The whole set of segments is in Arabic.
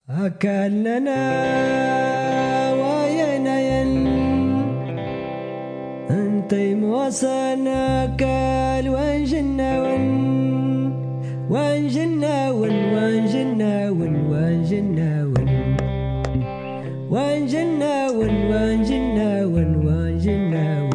أكلنا وينين انتي موصلنا كال وانجنا وانجنا وانجنا وانجنا وانجنا وانجنا وانجنا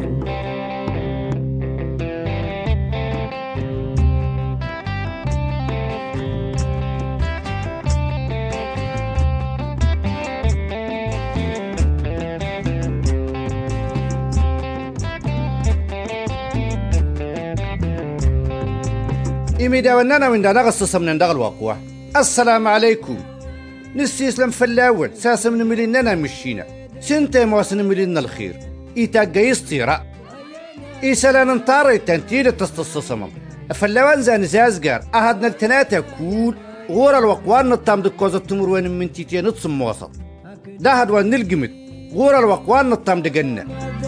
إميدا ونانا من دانا غصصا من داغ الواقوة. السلام عليكم. نسيسلم في الأول ساسا من مليننا مشينا سنتي مواسن ملينا الخير إيتاقا يستيرا إيسالا ننطاري تنتيل تستصصمم فاللوان زان زازقار أهدنا التناتا كول غورا الوقوان نطام دكوزة تمروين من تيتيا نتصم وسط دا هدوان نلقمت غورا الوقوان نطام دقنا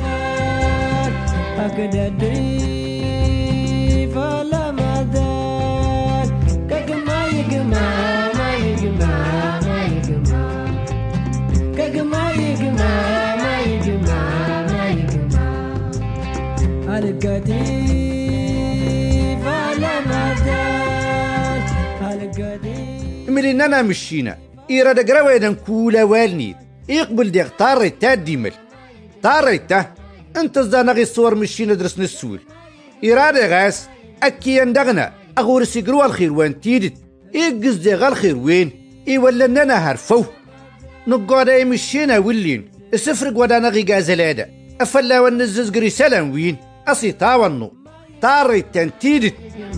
ملينا مشينا إيراد قرويدا كولا والنيد يقبل ديغ طاريتا ديمل طاريتا انت زانغي الصور مشينا درس نسول إيراد غاس أكي يندغنا أغور سيقروا الخير وان تيدت إيقز ديغ الخير وين إيولننا هرفو نقعد مشينا ولين السفرق ودانا غي غازلادا أفلا ونزز قريسالا وين أصي تاوانو طاريتا تيدت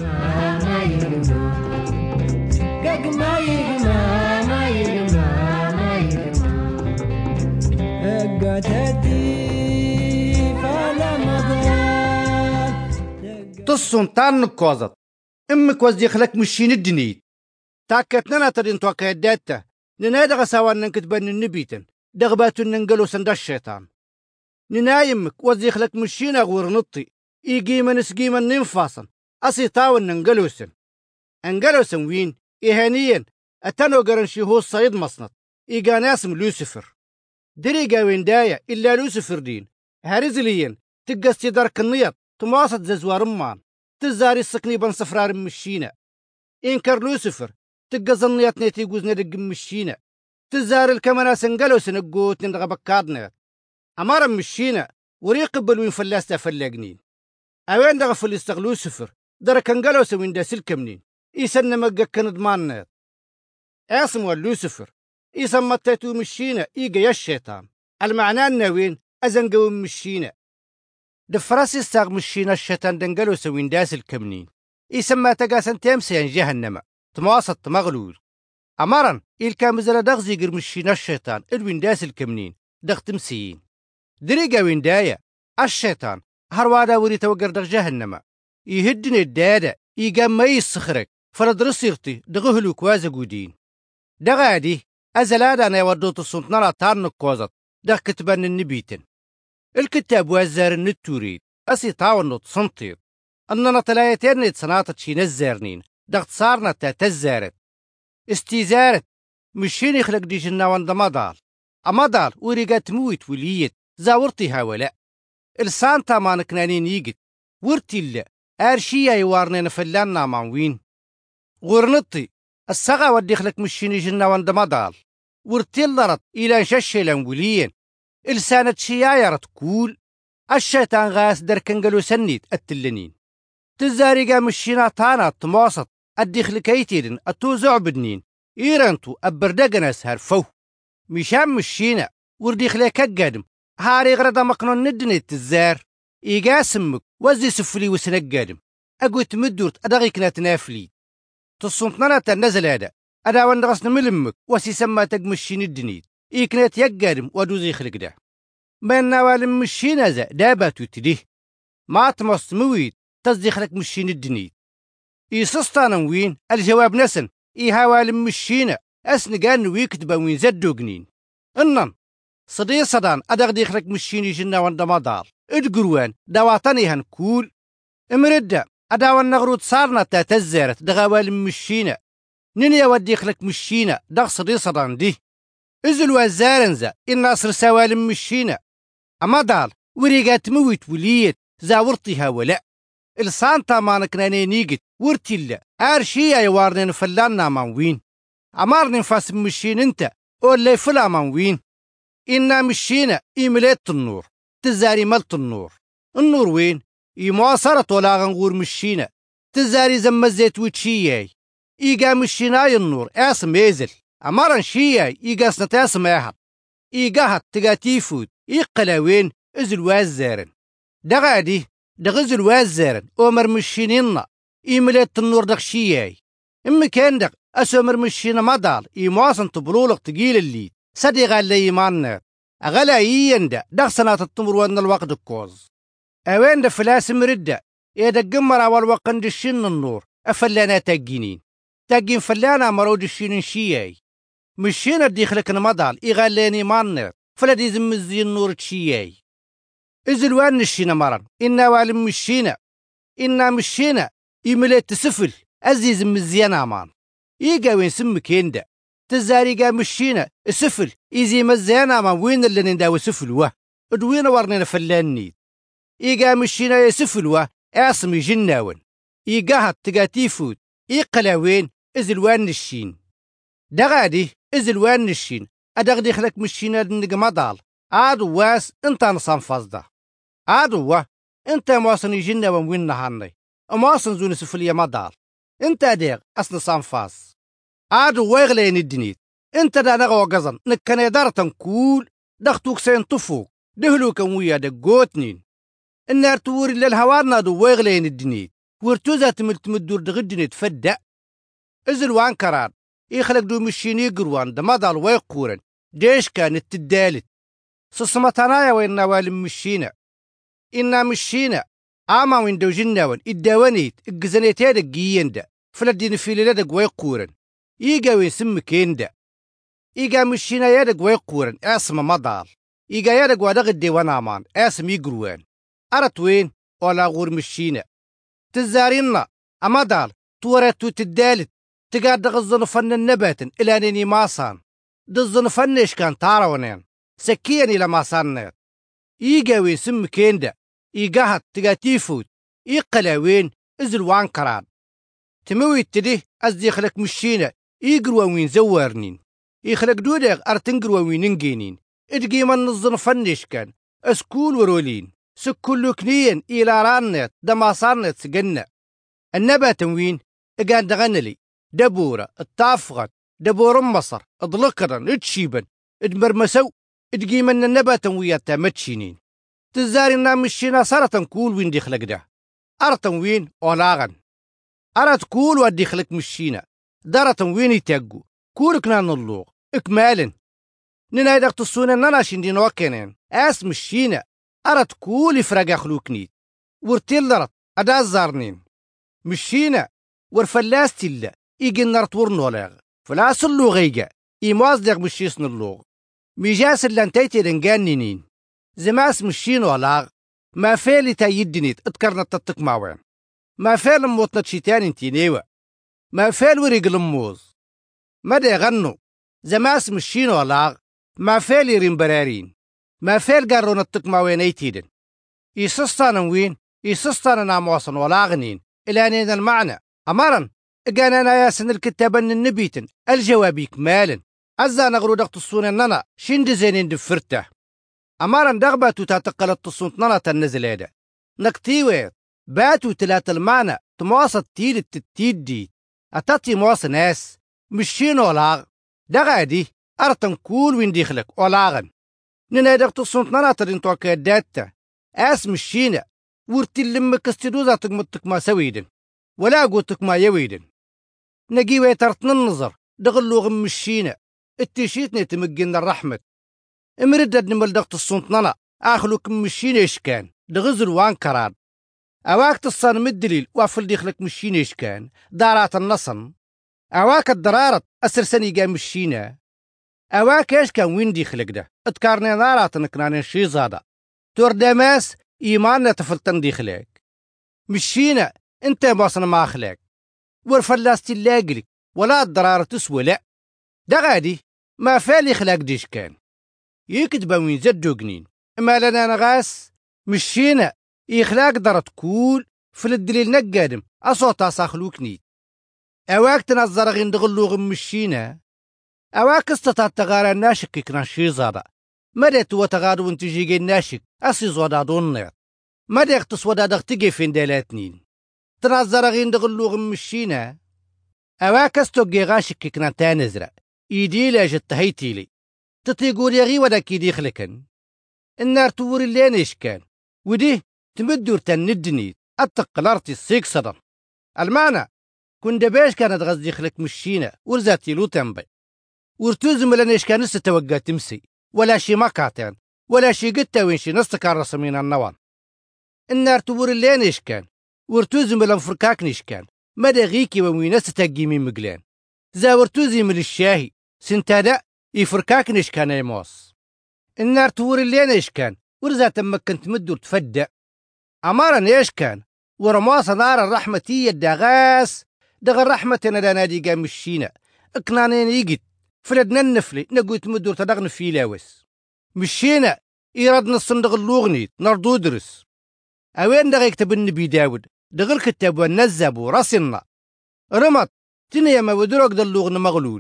تصن نقوزت امك وزيخ لك مشين الدنيت تاكتنا ترين توقع الداتا ننادغ سوان ننكتبن النبيتن دغباتو ننقلو سند الشيطان ننايمك وزيخ لك مشين اغور نطي ايقيما نسقيما ننفاصن اصيطاون ننقلوسن انقلوسن وين إيهانيا أتنو قرنشي هو الصيد مصنط إيقان اسم لوسفر دريقا وين دايا إلا لوسفر دين هارزليا تقستي دارك النيط تمواصد ززوار أمان تزاري السكني بن صفرار مشينا إنكر لوسفر تقز النيط نيتي قوزنا دق مشينا تزاري الكمانا سنقلو سنقوت نندغ بكادنا أمارا مشينا وريقبل وين فلاستا فلاقنين أوين دغ فلستغ لوسفر دارك انقلو سوين دا سلكمنين إيسان مقاك ندمانات اسمه لوسفر إيسان متاتو مشينا إيقا يا الشيطان المعنى النوين أزنقو مشينا دفراسي استاغ مشينا الشيطان دنقلو سوين داس الكمنين إيسان ما تقاسن تامسيان جهنم تمواصد مغلول أمارا إلكامزل دغزي قر مشينا الشيطان الوين داس الكمنين دغ تمسيين دريقا وين دايا الشيطان هروادا وري توقر دغ جهنم يهدني الدادا إيقا ما يسخرك فلدرسيرتي دغهلو كوازا قودين دغادي أزلادا أنا يودوت السنطنة تارنك كوازت دغ كتبان النبيتن الكتاب وازار النتوريد أسي طاونوت سنطير أننا تلايتين نتسناطت شي نزارنين دغ تصارنا تزارت استيزارت مشين يخلق دي جنا واند مدال أمدال وريقات مويت وليت زاورتي هاولا السانتا ما نكنانين يجت ورتي اللي أرشيا يوارنين فلان من وين غورنطي السغا وديخلك مشيني جنا واند مدال ورتلرت إلى ششلان وليين السانة شيايرة تقول الشيطان غاس دركنقلو سنيت التلنين تزاريقا مشينا طانا تموسط الديخلك ايتيرن التوزع بدنين إيرانتو أبردقناس هرفو مشام مشينا ورديخلك القادم هاري غردا مقنون ندني تزار إيقا سمك وزي سفلي وسنق قادم أقوت مدورت أدغيكنا تنافلي تصنطنا تنزل هذا أدا واندغس نملمك وسي سما تقمشين الدنيد إيكنات يقارم ودوزي خلق ده بين نوالم مشين هذا داباتو تديه ما تمص مويد تصدي خلق مشين الدنيد إيسستانا وين الجواب نسن إيهاوالم مشينا أسنقان ويكتبا وين زدو قنين إنن صدي صدان أدغدي خلق مشيني جنا واندما دار ادقروان دواتاني هنكول امردا أداوان نغروت صارنا تاتزارت دغوال مشينا ننيا ودي خلك مشينا دغ صدي صدان دي ازل وزارنزا الناصر سوالم مشينا أما دال وريقات مويت وليت زاورتيها ولا السانتا مانك ناني نيجت ورتيلا ارشيا يوارنين فلانا من وين عمارنين فاس مشين انت ولا فلا من وين إنا مشينا إيميلات النور تزاري ملت النور وين يمواصرة ولا غنغور مشينا تزاري زم الزيت وتشياي إيقا مشيناي النور اسم يزل عمارن شياي إيقا سنتاسم احد إيقاها تقاتيفود إيقلا وين ازل وازارن دغادي دغزل وازارن أمر مشينينا إيميلات النور دغ شياي إما كان دغ أسمر مشينا مدال إيمواصن تبلولق تقيل الليد صديق اللي يمانات أغلا يندا دغ سنات التمر وان الوقت الكوز أوين دا فلاس مردة إيدا قمر أول وقن دشين النور أفلانا تاقينين تاقين فلانا مرود الشين شياي مشينا ديخلك المدال إغالاني مانات فلا دي زمزي النور تشياي إزل وان الشين مرن إنا والم مشينا إيميلات تسفل أزيز مزيانا مان إيقا وين سمك يندا تزاريقا مشينا السفل إيزي مزيانا ما وين اللي نداوي سفل واه ادوين ورنين فلان نيد إيقا مشينا يسفل واه اسمي جناون إيقاها تقاتيفود إيقلا وين إزلوان الشين دغادي إزلوان الشين أدغدي خلك مشينا دنق مدال عادو واس انت نصان فازدا عادو واه انت مواصن جناون وين نهاني مواصن زون سفل يا مدال انت ديغ أصنصان فاز عادو ويغلين الدنيت انت دا نغو قزن نكنا دارتن كول دختوك سين طفوك دهلوك ويا دقوتنين النار توري للهوارنا دو ويغلين الدنيت ورتوزا تمدور دغدنيت فدا ازل وان كران يخلق دو مشيني قروان دمادال ويقورن ديش كانت تدالت سسمتانايا وين نوالم مشينا إنا مشينا عاما وين دو جناون الدوانيت القزنيتين دقيين دا فلدين في لدق ويقورن إيقا وين سمك يندا إيقا مشينا يدق ويقورن اسم مدال إيقا يدق ودغ الديوان امان اسم يقروان أرت وين ولا غور مشينا تزارينا أمدال تورتو تدالت تقاد دغ الظنفن النباتن إلى نيني ماسان دغ الظنفن إيش كان تاراونين سكيان إلى ماسان إيقا وين سمك يندا إيقاها تقاتيفود إيقلا وين إزل وان كران تمويت تديه أزدي خلق مشينا يقروا وين زوارنين يخلق دوداغ أرتنقروا وين ننقينين ادقيما نظن فنش كان اسكول ورولين سكولو كنين إلى رانت دما صارنت سقنا النبات وين اقان دغنلي دبورة التافغت دبور مصر اضلقرا اتشيبا ادمرمسو ادقيما النبات ويا تامتشينين تزارينا مشينا صارة كول وين دي خلق ده أرتن وين أولاغن أرت كول ودي خلق مشينا دارة وين يتاقو كولكنا نلوغ إكمالا ننايدك تصونا نناشين دي نوكينين آس مشينا أرت كول يفرق خلوكنيت ورتلرت أدا الزارنين مشينا ورفلاس تلا إيجن نرت ورنولاغ فلاس اللوغ إيجا إيمواز ديغ مشيسن اللوغ ميجاس اللانتايتي لنقانينين زماس مشين ولاغ ما فالي تايدنيت اتكرنا تتك ماوين ما فال موتنا تشيتان انتي نيوة ما فال وريق الموز ما دي غنو زماس مشين ولاغ ما فال يرين برارين ما فال قارون التك ماوين ايتيدن يسستانا وين يسستانا ناموصن ولاغنين إلى أنين المعنى أمرا قانا ياسن الكتابن النبيتن الجوابي كمالا أزا نغرو دغت الصوني نانا شند زينين دفرته أمارا دغباتو تاتقلت الصونت نانا تنزل هذا نكتيويت باتو تلات المعنى تمواصل تيل التتيد دي أتاتي مواصل ناس مشين ولاغ دغادي أرتن كول وين ديخلك ولاغن ننا دغت الصونت نانا ترين توكا داتا آس مشينا ورتي لما كستدوزاتك متك ما سويدن ولا قوتك ما يويدن نجيوي ترتن النظر دغلو غم مشينا التيشيتني تمجن الرحمة امردد نمل دغت الصنطنة اخلوك مشينا ايش كان دغزل وان كراد اواك الصان مدليل وافل ديخلك مشينا ايش كان دارات النصن اواك الدرارت اسرسني قام مشينا اواك ايش كان وين ديخلك ده اتكارني نارات نكنان شي زادا تور داماس ايماننا تفلتن ديخلك مشينا انت باصنا ما اخلاك ورفلاستي لاقلك ولا الضرار تسوى لا. دا غادي ما فالي خلاق ديش كان يكتبا وين زدو قنين. اما لنا نغاس مشينا يخلاق درت كول في الدليل نقادم أصوتا صاخلوك نيت. أواك تنظر غين دغلوغ مشينا أواك استطاعت تغارى الناشك كنا شي زادا مدى تو تغادو انتجيجي الناشك أسي زودا دون نيت مدى اختص ودا دغتقي فين دالاتنين تنظر غين دغلوغ مشينا أواك استوقي غاشك كنا تانزرا إيدي لاجت تهيتيلي تطيقور يغي ودا كيدي خلكن النار تور اللي نيشكان ودي تمدور تندنيت التقلارتي السيك صدم المعنى كون دباش كانت غزدي خلك مشينا ورزاتي لو تنبي ورتوزم لنيش كان لسه توقع تمسي ولا شي مقاطعن ولا شي قتا وين شي نستكار رسمين النوان النار تور اللي نيش كان ورتوزم لنفركاك نيش كان مدى غيكي وميناس تتقي من مقلان زا ورتوزي من الشاهي سنتادا يفركاك نيش كان يموس النار تور اللي نيش كان ورزات اما كنت مدور تفدأ أمارا ايش كان ورماصة نار الرحمتية الدغاس دغ الرحمة أنا نادي قام مشينا اقنانين يجد فلدنا النفلي نقوت مدور تدغن في لاوس مشينا إيرادنا الصندق اللوغنيت نردو درس أوين دغ يكتب النبي داود دغ الكتاب والنزب وراسنا رمت تنيا ما ودروك دلوغن مغلول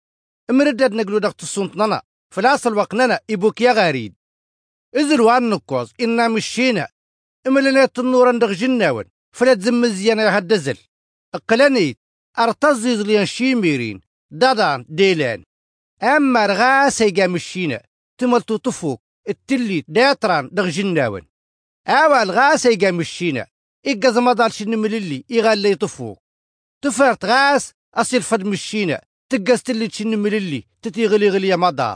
امردد نقلو دغ تصنطنا فلاصل وقننا إبوك يا غاريد إزلوا عن نقوز إنا مشينا إملنا النور عندك جناون فلا تزم الزيانة هالدزل اقلانيت ارتزز ليان شيميرين دادان ديلان اما رغاسي قامشينا تملتو تفوق التليت داتران دغ جناون اوا الغاسي قامشينا إيقاز مدال شن مللي إيغالي تفوق تفرت غاس أصير فد مشينا تقاز تليت شن مللي تتيغلي غلي مدال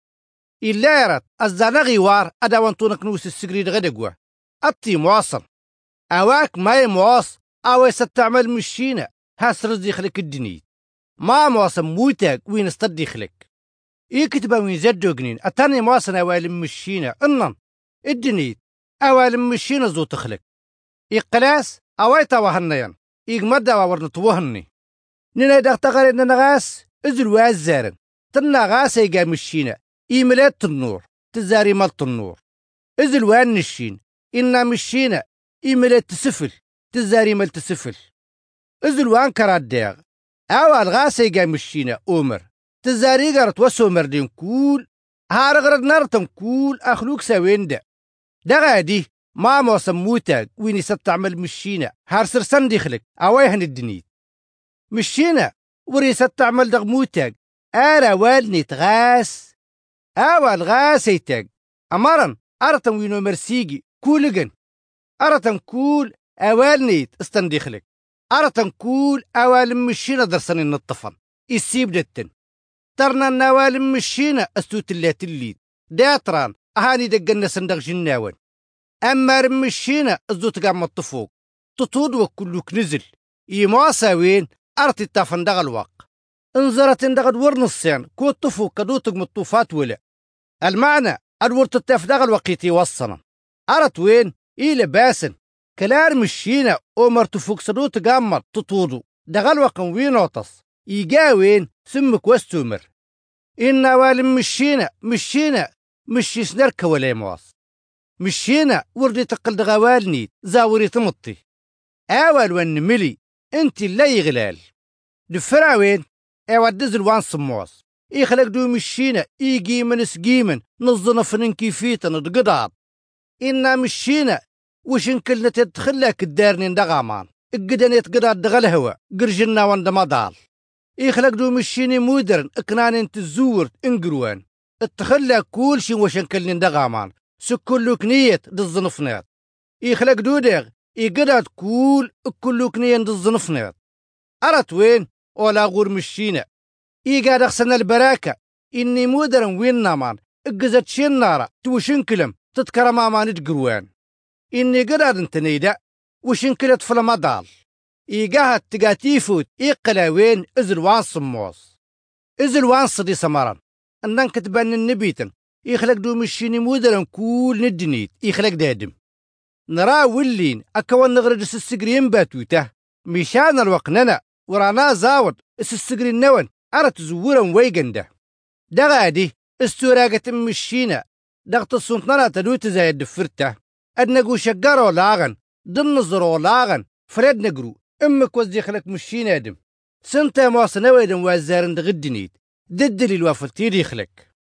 إلا يرات الزانغي وار أداوان طونك نوس السقريد غدقوة أطي مواصل أواك ماي مواص أوي ستعمل مشينا هاس رزي خلك الدنيت ما مواصل موتاك وين استدي خلك يكتبا وين زدو قنين أتاني مواصل أوالي مشينا إنن الدنيت أوالي مشينا زو تخلك إقلاس أواي تاوهنيان إيقمدا وورنطوهني نينا داغتغالي نغاس إزلوا الزارن تنا غاس إيقا مشينا إيميلات النور تزاري مالت النور إزلوا النشين إنا مشينا إيميلات تسفل تزاري مال تسفل إزلوا أنكر الداغ أوال غاس إيقا مشينا أمر تزاري غارت وسومر دين كول هارغرد نارتن كول أخلوك سوين دا غادي ما موسم موتاق ويني ستعمل مشينا هارسر سندي خلك أوايهن الدنيت مشينا وري ستعمل دغ موتاق أرا والني تغاس أوال غاسيتاق أمارن أرتم وينو مرسيجي كولغن أرتم كول أوالنيت استندي خلك أرتم كول أوال مشينا درسني النطفن يسيب دتن ترنا النوال مشينا استوت اللات الليد داتران أهاني دقنا صندق جناون أما رمشينا الزوت قام الطفوق تطود وكلوك نزل يماسا وين أرتي التافن دغ الواق انزرت اندغد ورنصيان كو الطفوق كدوتك مطوفات ولا المعنى الورت التاف دغ الوقيتي وصنا أرت وين إيلا باسن كلار مشينا أمر تفوق صدوت قام تطودو دغ الوقن وين وطس يجا وين سمك وستومر إنا والم مشينا مشي سنركا ولا يمواص مشينا وردي تقل دغوالني زاوري تمطي أول وان ملي انت لا يغلال دفرا وين ايوال دزل وان صمواص يخلق دو مشينا يجيمن سقيمن نظنا فنن كيفيتا ندقضاب إنا مشينا وش نكلنا تدخلك الدارني ندغامان اقدن يتقضى دغل هوا قرجنا وان دمضال يخلق دو مشيني مودرن اكنان انت الزور انقروان اتخلى كل شي وش نكلني ندغامان سكلوك نيت دالزنفنات يخلق دودغ يقدر كول كلوك نيت دالزنفنات أرت وين ولا غور مشينا يقاد أخسن البراكة إني مودرن وين نامان اقزت شين نارا توشنكلم تتكرم امان تقروان إني قدر انت نيدا وشنكلت فلمدال يقاهد تقاتيفوت يقلا وين ازلوان صموص ازلوان صدي سمران انن كتبان النبيتن يخلق دو مشيني مودرن كول ندنيت يخلق دادم نرا ولين اكوان نغردس السقرين باتوته مشان الوقننا ورانا زاود السجري النون أرى تزورا ويجنده دا غادي استوراقة مشينا دغت السلطنة تدوت زي الدفرته أدنقو شقارو لاغن ضمن الزرو لاغن فرد نقرو أمك وزدي خلق مشينا دم سنتا مواصنا ويدم وازارن دغدنيد ددلي الوافلتي يخلق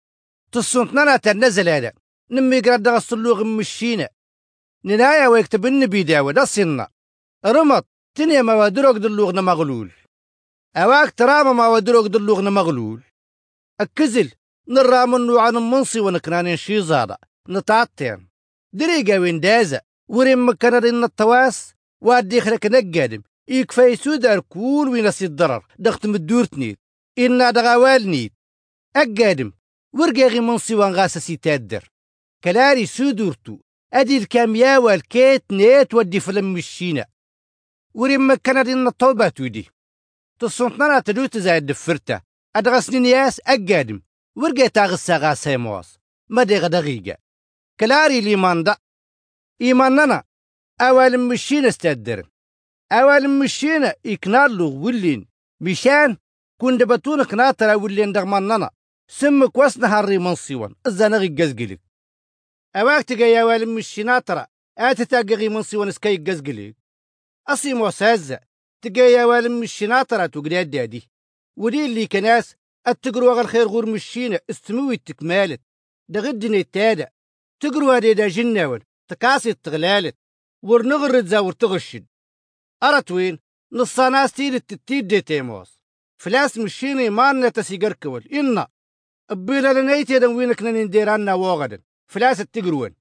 تصنطنا تنزل هذا نمي قرد غصلوغ مشينا ننايا ويكتب النبي داود أصينا رمط تنيا ما ودروك دلوغنا مغلول أواك تراما ما ودروك دلوغنا مغلول أكزل نرامنو عن المنصي ونكرانين شي زارة نتعطين دريقا وين دازا ورين مكانرين التواس وادي خلق نقادم يكفي سودار كول وينسي الضرر دغت مدورتنيد إنا دغاوالنيد أقادم ورقاغي منصي وانغاسسي تادر كلاري سودورتو أدي الكاميا والكيت نيت ودي فلم مشينا ورين مكانرين الطوبات ودي تصنطنا تدوت زايد دفرته أدغسني نياس أقادم ورقا تاغسا غاسا يمواس مدغ دغيقة كلاري ليمان دا إيماننا أول مشينا استدرن أول مشينا إكنالو ولين مشان كون دبتون كناترا ولين دغماننا سمك واسنا هاري منصيوان الزنغي قزقلك أواك تقايا أول مشينا ترى آتتاقغي منصيوان اسكاي قزقلك أصي موسازة تقايا أول مشينا ترى تقريا دادي ودي اللي كناس التقروا غير خير غور مشينا استموي التكمالت دغدني التادة تقروا هادي دا جناون تكاسي التغلالت ورنغرد زاور تغشد أرتوين نصا ناس تيد التتيد دي تيموس فلاس مشيني ماننا تسيقر كول إنا أبينا لنايتي دنوينك ننديرانا واغدا فلاس التقروين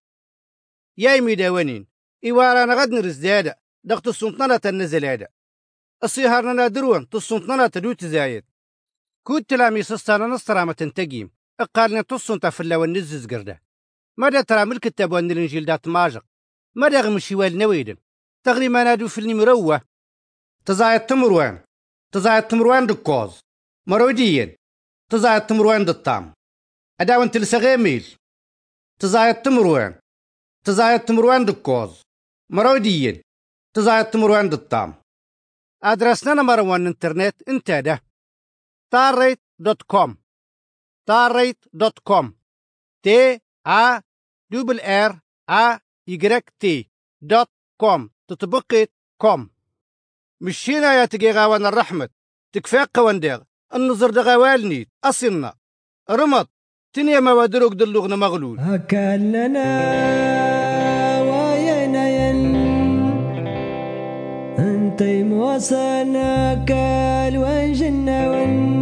ياي ميداوانين إيوارانا غد نرزدادا دغت السلطنة تنزل هذا الصيهارنا نادروان تصنطنا تدوت زايد كنت تلامي سستانا نصرا ما تنتقيم اقالنا تصنطا في اللو النزز قرده ماذا ترى ملك التابوان الانجيل دات ماجق ماذا غمشي والنويدن تغري ما نادو في المروة تزايد تمروان دكوز مروديين تزايد تمروان دالطام أداوان تلسغيميل تزايد تمروان دكوز مروديين تزايد تمروان دالطام أدرسنا مروان انترنت انتاده tarrate.com tarrate.com تطبقت كوم مشينا يا تجي غاوان الرحمة تكفاق قوانديغ النظر دغاوالني أصلنا رمط تنيا ما ودروك دلوغنا مغلول أكلنا وينين انتي موسانا كال وانجنا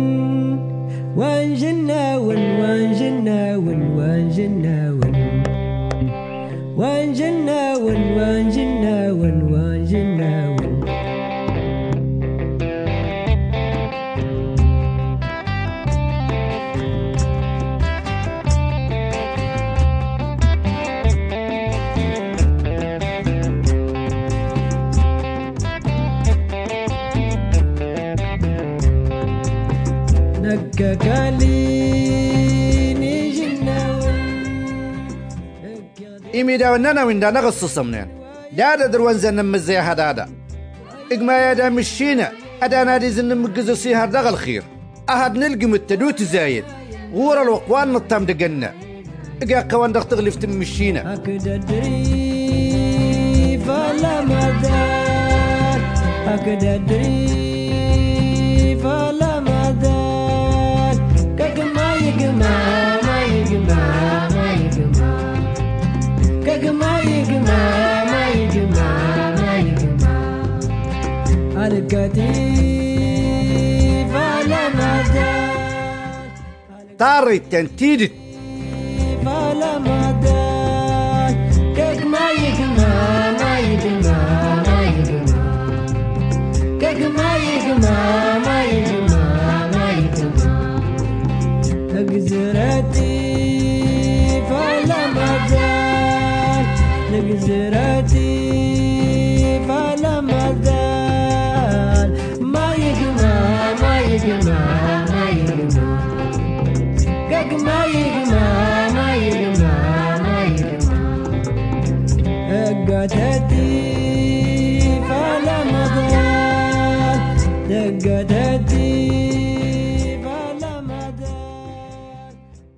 وانجنا وانجنا وانجنا وانجنا وانجنا وانجنا إيمي داوننا وين دا نغصص منين دا دروان زن مزي هذا إجما يدا مشينا أدا نادي زن مجزسي هذا الخير أهد نلقي متدوت زايد غور الوقوان نطام دقنا إجا قوان دغ تغلف تمشينا أكد دري فلا مدار أكد دري فلا مدار كما يجمع ما يجمع ما يجمع كما يجمع ما يجمع ما يجمع الكتيف على مدار طاري تنتيدت على مدار كما يجمع ما يجمع ما يجمع كما يجمع ما يجمع ما يجمع نجزرتي فلا مدار نجزرتي فلا مدار ما يجمع ما يجمع ما يجمع كما يجمع ما يجمع ما يجمع أقتتي فلا مدار دقت